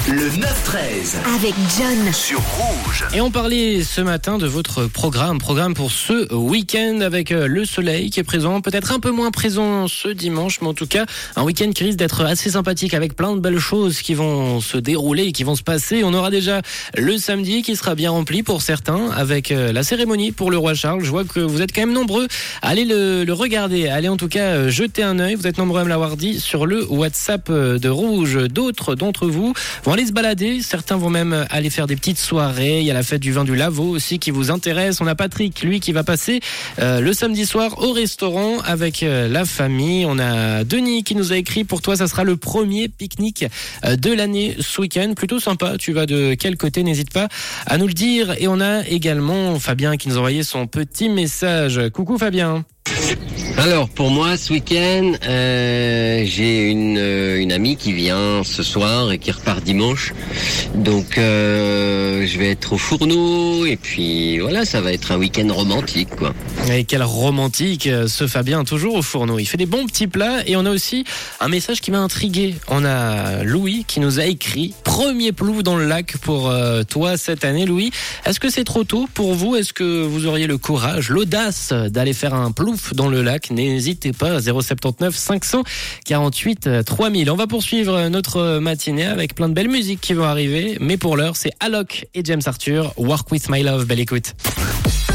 Le 9-13 avec John sur Rouge. Et on parlait ce matin de votre programme pour ce week-end avec le soleil qui est présent, peut-être un peu moins présent ce dimanche, mais en tout cas un week-end qui risque d'être assez sympathique avec plein de belles choses qui vont se dérouler et qui vont se passer. On aura déjà le samedi qui sera bien rempli pour certains avec la cérémonie pour le roi Charles. Je vois que vous êtes quand même nombreux à aller le regarder, allez en tout cas jeter un œil. Vous êtes nombreux à me l'avoir dit sur le WhatsApp de Rouge. D'autres d'entre vous vont aller se balader, certains vont même aller faire des petites soirées. Il y a la fête du vin du Lavaux aussi qui vous intéresse. On a Patrick, lui, qui va passer le samedi soir au restaurant avec la famille. On a Denis qui nous a écrit: pour toi ça sera le premier pique-nique de l'année ce week-end, plutôt sympa. Tu vas de quel côté? N'hésite pas à nous le dire. Et on a également Fabien qui nous a envoyé son petit message. Coucou Fabien. Alors pour moi ce week-end, j'ai une amie qui vient ce soir et qui repart dimanche. Donc je vais être au fourneau et puis voilà, ça va être un week-end romantique quoi. Et quel romantique ce Fabien, toujours au fourneau. Il fait des bons petits plats. Et on a aussi un message qui m'a intrigué. On a Louis qui nous a écrit: premier plouf dans le lac pour toi cette année, Louis. Est-ce que c'est trop tôt pour vous? Est-ce que vous auriez le courage, l'audace d'aller faire un plouf dans le lac? N'hésitez pas, 079 548 3000. On va poursuivre notre matinée avec plein de belles musiques qui vont arriver. Mais pour l'heure, c'est Alok et James Arthur, Work With My Love. Belle écoute.